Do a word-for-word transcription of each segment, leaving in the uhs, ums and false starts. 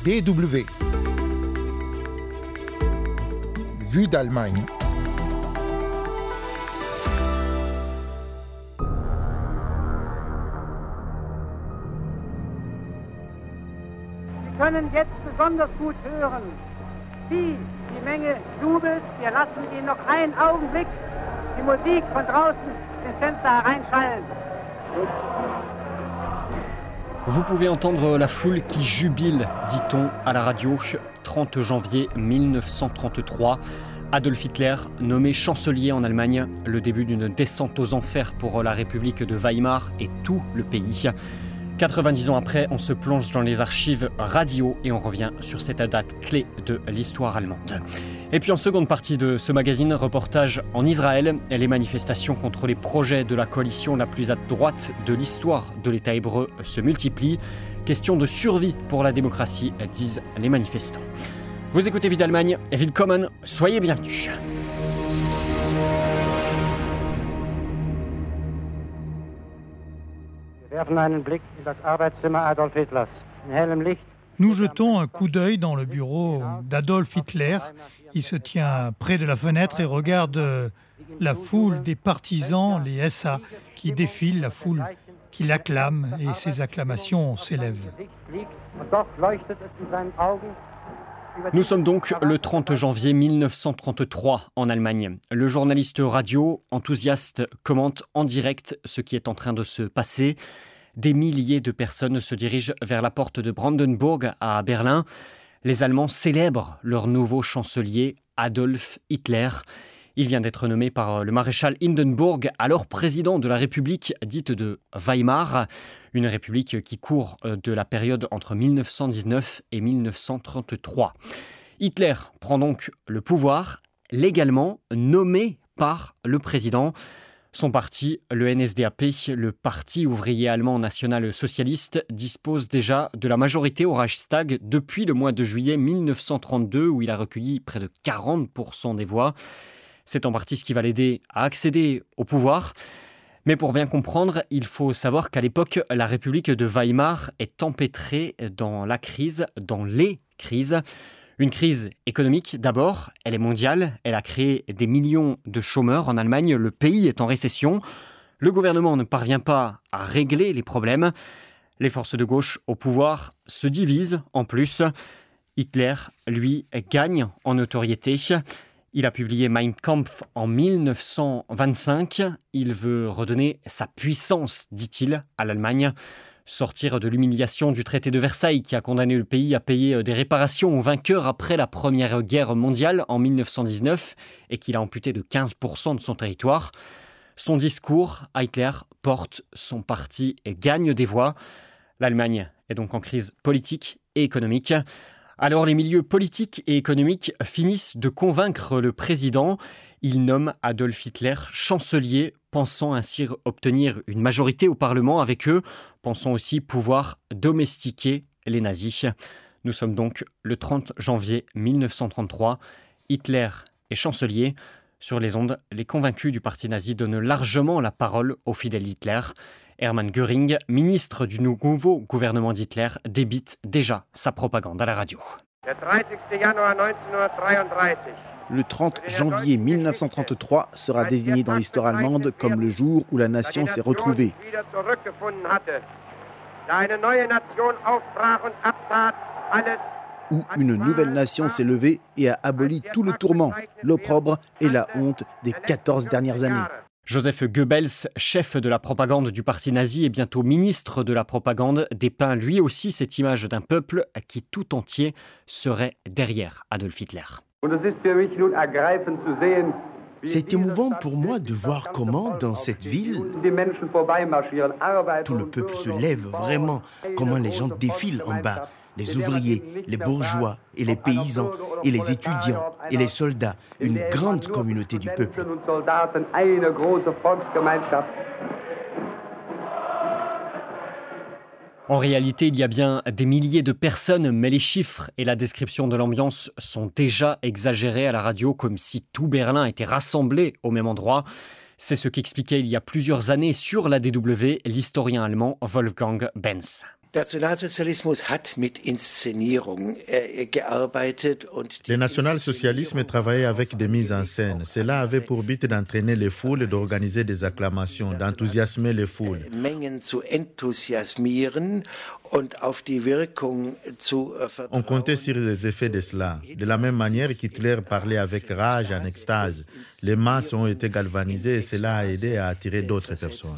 D W. Vue d'Allemagne. Sie können jetzt besonders gut hören, wie die Menge jubelt. Wir lassen Ihnen noch einen Augenblick die Musik von draußen ins Fenster hereinschallen. Vous pouvez entendre la foule qui jubile, dit-on à la radio, trente janvier mille neuf cent trente-trois. Adolf Hitler, nommé chancelier en Allemagne, le début d'une descente aux enfers pour la République de Weimar et tout le pays. quatre-vingt-dix ans après, on se plonge dans les archives radio et on revient sur cette date clé de l'histoire allemande. Et puis en seconde partie de ce magazine, reportage en Israël, les manifestations contre les projets de la coalition la plus à droite de l'histoire de l'État hébreu se multiplient. Question de survie pour la démocratie, disent les manifestants. Vous écoutez Vue d'Allemagne, Willkommen, soyez bienvenus. Nous jetons un coup d'œil dans le bureau d'Adolf Hitler. Il se tient près de la fenêtre et regarde la foule des partisans, les S A, qui défilent, la foule qui l'acclame et ses acclamations s'élèvent. Nous sommes donc le trente janvier mille neuf cent trente-trois en Allemagne. Le journaliste radio enthousiaste commente en direct ce qui est en train de se passer. Des milliers de personnes se dirigent vers la porte de Brandenburg à Berlin. Les Allemands célèbrent leur nouveau chancelier, Adolf Hitler. Il vient d'être nommé par le maréchal Hindenburg, alors président de la République dite de Weimar, une république qui court de la période entre mille neuf cent dix-neuf et mille neuf cent trente-trois. Hitler prend donc le pouvoir, légalement nommé par le président. Son parti, le N S D A P, le Parti ouvrier allemand national-socialiste, dispose déjà de la majorité au Reichstag depuis le mois de juillet mille neuf cent trente-deux, où il a recueilli près de quarante pour cent des voix. C'est en partie ce qui va l'aider à accéder au pouvoir. Mais pour bien comprendre, il faut savoir qu'à l'époque, la République de Weimar est empêtrée dans la crise, dans les crises. Une crise économique d'abord, elle est mondiale, elle a créé des millions de chômeurs en Allemagne, le pays est en récession. Le gouvernement ne parvient pas à régler les problèmes. Les forces de gauche au pouvoir se divisent en plus. Hitler, lui, gagne en notoriété. Il a publié Mein Kampf en mille neuf cent vingt-cinq. Il veut redonner sa puissance, dit-il, à l'Allemagne. Sortir de l'humiliation du traité de Versailles qui a condamné le pays à payer des réparations aux vainqueurs après la Première Guerre mondiale en mille neuf cent dix-neuf et qu'il a amputé de quinze pour cent de son territoire. Son discours, Hitler porte son parti et gagne des voix. L'Allemagne est donc en crise politique et économique. Alors les milieux politiques et économiques finissent de convaincre le président. Il nomme Adolf Hitler chancelier, pensant ainsi obtenir une majorité au Parlement avec eux, pensant aussi pouvoir domestiquer les nazis. Nous sommes donc le trente janvier mille neuf cent trente-trois. Hitler est chancelier. Sur les ondes, les convaincus du parti nazi donnent largement la parole au fidèle Hitler. Hermann Göring, ministre du nouveau gouvernement d'Hitler, débite déjà sa propagande à la radio. Le trente janvier mille neuf cent trente-trois sera désigné dans l'histoire allemande comme le jour où la nation s'est retrouvée. Où une nouvelle nation s'est levée et a aboli tout le tourment, l'opprobre et la honte des quatorze dernières années. Joseph Goebbels, chef de la propagande du parti nazi et bientôt ministre de la propagande, dépeint lui aussi cette image d'un peuple qui tout entier serait derrière Adolf Hitler. C'est émouvant pour moi de voir comment, dans cette ville, tout le peuple se lève vraiment, comment les gens défilent en bas. Les ouvriers, les bourgeois et les paysans et les étudiants et les soldats, une grande communauté du peuple. En réalité, il y a bien des milliers de personnes, mais les chiffres et la description de l'ambiance sont déjà exagérés à la radio, comme si tout Berlin était rassemblé au même endroit. C'est ce qu'expliquait il y a plusieurs années sur la D W l'historien allemand Wolfgang Benz. Le national-socialisme travaillait avec des mises en scène. Cela avait pour but d'entraîner les foules et d'organiser des acclamations, d'enthousiasmer les foules. On comptait sur les effets de cela. De la même manière qu'Hitler parlait avec rage, en extase, les masses ont été galvanisées et cela a aidé à attirer d'autres personnes.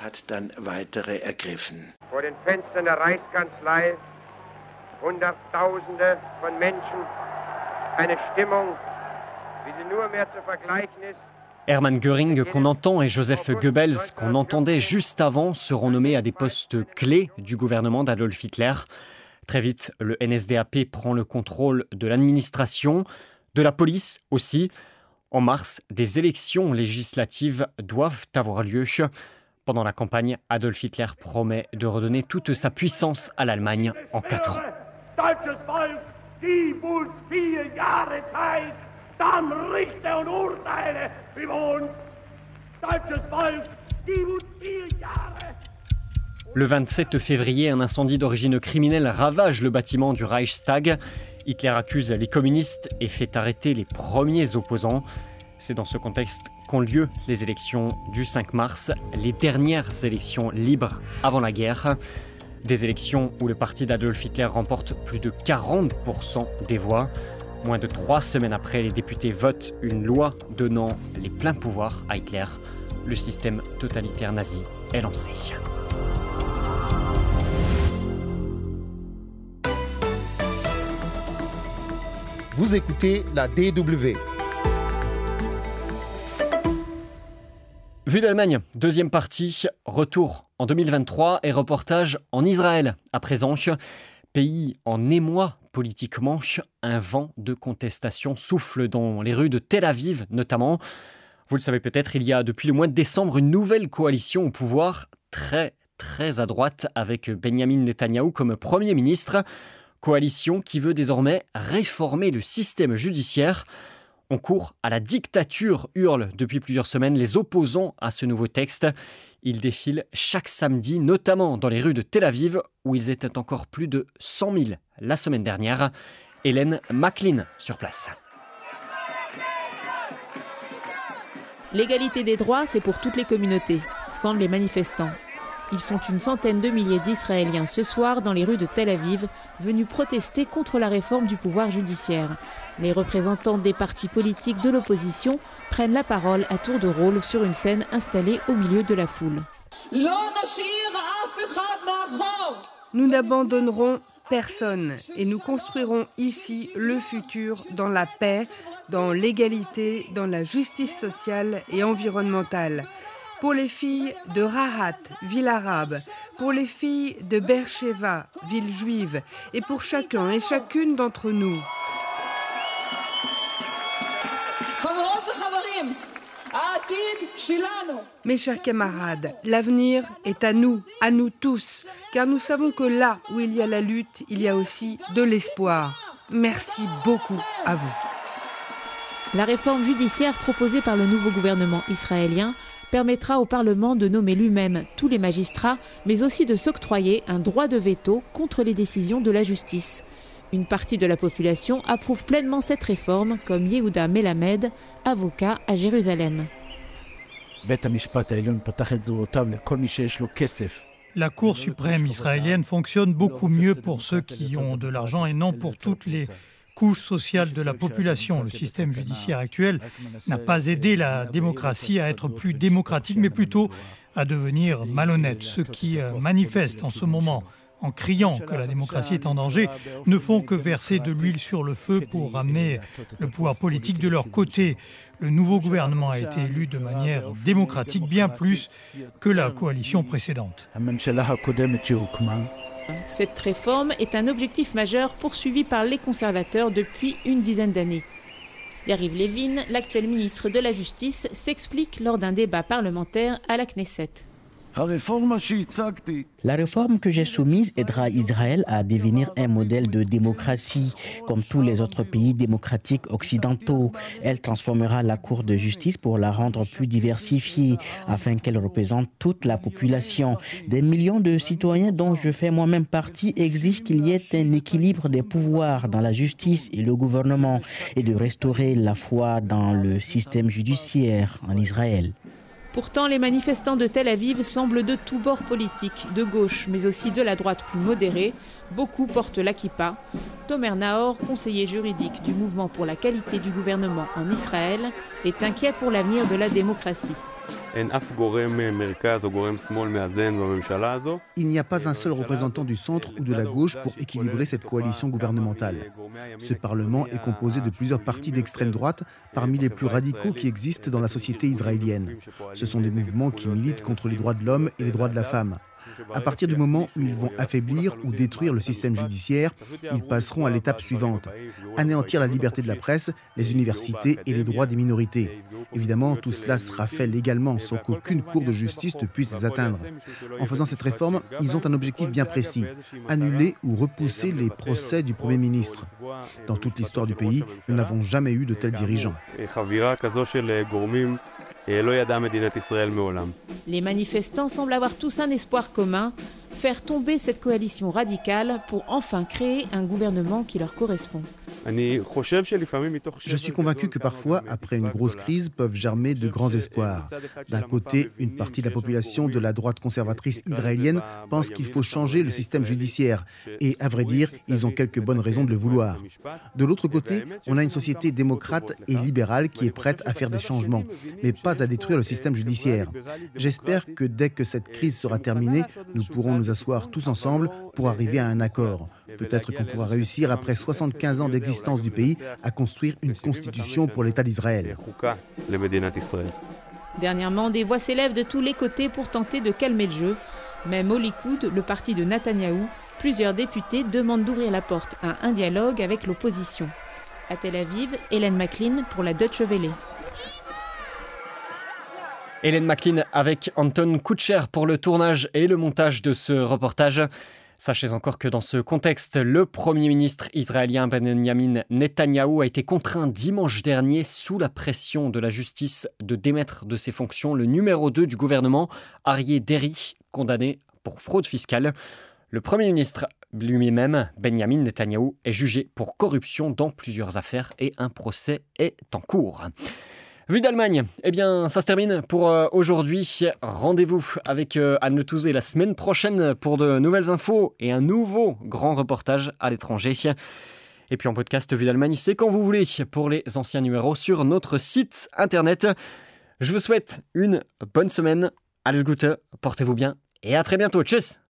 Vor den Fenstern der Reichskanzlei Hunderttausende von Menschen, eine Stimmung, wie sie nur mehr zu vergleichen ist. Hermann Göring qu'on entend et Joseph Goebbels qu'on entendait juste avant seront nommés à des postes clés du gouvernement d'Adolf Hitler. Très vite, le N S D A P prend le contrôle de l'administration, de la police aussi. En mars, des élections législatives doivent avoir lieu. Pendant la campagne, Adolf Hitler promet de redonner toute sa puissance à l'Allemagne en quatre ans. Deutsches Volk, gib uns vier Jahre Zeit, dann richte und urteile über uns. Deutsches Volk, gib uns vier Jahre. Le vingt-sept février, un incendie d'origine criminelle ravage le bâtiment du Reichstag. Hitler accuse les communistes et fait arrêter les premiers opposants. C'est dans ce contexte qu'ont lieu les élections du cinq mars, les dernières élections libres avant la guerre. Des élections où le parti d'Adolf Hitler remporte plus de quarante pour cent des voix. Moins de trois semaines après, les députés votent une loi donnant les pleins pouvoirs à Hitler. Le système totalitaire nazi est lancé. Vous écoutez la D W. Vue d'Allemagne, deuxième partie, retour en deux mille vingt-trois et reportage en Israël. À présent, pays en émoi politiquement, un vent de contestation souffle dans les rues de Tel Aviv notamment. Vous le savez peut-être, il y a depuis le mois de décembre une nouvelle coalition au pouvoir, très très à droite, avec Benjamin Netanyahou comme Premier ministre. Coalition qui veut désormais réformer le système judiciaire. On court à la dictature, hurlent depuis plusieurs semaines les opposants à ce nouveau texte. Ils défilent chaque samedi, notamment dans les rues de Tel Aviv, où ils étaient encore plus de cent mille la semaine dernière. Hélène Macklin sur place. L'égalité des droits, c'est pour toutes les communautés, scandent les manifestants. Ils sont une centaine de milliers d'Israéliens ce soir dans les rues de Tel Aviv, venus protester contre la réforme du pouvoir judiciaire. Les représentants des partis politiques de l'opposition prennent la parole à tour de rôle sur une scène installée au milieu de la foule. Nous n'abandonnerons personne et nous construirons ici le futur dans la paix, dans l'égalité, dans la justice sociale et environnementale. Pour les filles de Rahat, ville arabe, pour les filles de Beersheva, ville juive, et pour chacun et chacune d'entre nous. Mes chers camarades, l'avenir est à nous, à nous tous, car nous savons que là où il y a la lutte, il y a aussi de l'espoir. Merci beaucoup à vous. La réforme judiciaire proposée par le nouveau gouvernement israélien permettra au Parlement de nommer lui-même tous les magistrats, mais aussi de s'octroyer un droit de veto contre les décisions de la justice. Une partie de la population approuve pleinement cette réforme, comme Yehuda Melamed, avocat à Jérusalem. La Cour suprême israélienne fonctionne beaucoup mieux pour ceux qui ont de l'argent et non pour toutes les couches sociales de la population. Le système judiciaire actuel n'a pas aidé la démocratie à être plus démocratique, mais plutôt à devenir malhonnête. Ceux qui manifestent en ce moment en criant que la démocratie est en danger, ne font que verser de l'huile sur le feu pour ramener le pouvoir politique de leur côté. Le nouveau gouvernement a été élu de manière démocratique, bien plus que la coalition précédente. Cette réforme est un objectif majeur poursuivi par les conservateurs depuis une dizaine d'années. Yariv Levin, l'actuel ministre de la Justice, s'explique lors d'un débat parlementaire à la Knesset. La réforme que j'ai soumise aidera Israël à devenir un modèle de démocratie, comme tous les autres pays démocratiques occidentaux. Elle transformera la Cour de justice pour la rendre plus diversifiée, afin qu'elle représente toute la population. Des millions de citoyens dont je fais moi-même partie exigent qu'il y ait un équilibre des pouvoirs dans la justice et le gouvernement, et de restaurer la foi dans le système judiciaire en Israël. Pourtant, les manifestants de Tel Aviv semblent de tous bords politiques, de gauche, mais aussi de la droite plus modérée. Beaucoup portent la kippa. Tomer Nahor, conseiller juridique du mouvement pour la qualité du gouvernement en Israël, est inquiet pour l'avenir de la démocratie. Il n'y a pas un seul représentant du centre ou de la gauche pour équilibrer cette coalition gouvernementale. Ce Parlement est composé de plusieurs partis d'extrême droite, parmi les plus radicaux qui existent dans la société israélienne. Ce sont des mouvements qui militent contre les droits de l'homme et les droits de la femme. À partir du moment où ils vont affaiblir ou détruire le système judiciaire, ils passeront à l'étape suivante: anéantir la liberté de la presse, les universités et les droits des minorités. Évidemment, tout cela sera fait légalement, sans qu'aucune cour de justice ne puisse les atteindre. En faisant cette réforme, ils ont un objectif bien précis: annuler ou repousser les procès du Premier ministre. Dans toute l'histoire du pays, nous n'avons jamais eu de tels dirigeants. Les manifestants semblent avoir tous un espoir commun, faire tomber cette coalition radicale pour enfin créer un gouvernement qui leur correspond. Je suis convaincu que parfois, après une grosse crise, peuvent germer de grands espoirs. D'un côté, une partie de la population de la droite conservatrice israélienne pense qu'il faut changer le système judiciaire. Et à vrai dire, ils ont quelques bonnes raisons de le vouloir. De l'autre côté, on a une société démocrate et libérale qui est prête à faire des changements, mais pas à détruire le système judiciaire. J'espère que dès que cette crise sera terminée, nous pourrons nous asseoir tous ensemble pour arriver à un accord. Peut-être qu'on pourra réussir, après soixante-quinze ans d'existence du pays, à construire une constitution pour l'État d'Israël. Dernièrement, des voix s'élèvent de tous les côtés pour tenter de calmer le jeu. Même au Likoud, le parti de Netanyahou, plusieurs députés demandent d'ouvrir la porte à un dialogue avec l'opposition. À Tel Aviv, Hélène McLean pour la Deutsche Welle. Hélène McLean avec Anton Kutcher pour le tournage et le montage de ce reportage. Sachez encore que dans ce contexte, le Premier ministre israélien Benjamin Netanyahou a été contraint dimanche dernier, sous la pression de la justice, de démettre de ses fonctions le numéro deux du gouvernement, Aryeh Deri, condamné pour fraude fiscale. Le Premier ministre lui-même, Benjamin Netanyahou, est jugé pour corruption dans plusieurs affaires et un procès est en cours. Vue d'Allemagne, eh bien, ça se termine pour euh, aujourd'hui. Rendez-vous avec euh, Anne Le Touzé la semaine prochaine pour de nouvelles infos et un nouveau grand reportage à l'étranger. Et puis en podcast, Vue d'Allemagne, c'est quand vous voulez pour les anciens numéros sur notre site internet. Je vous souhaite une bonne semaine. Alles Gute, portez-vous bien et à très bientôt. Tchuss!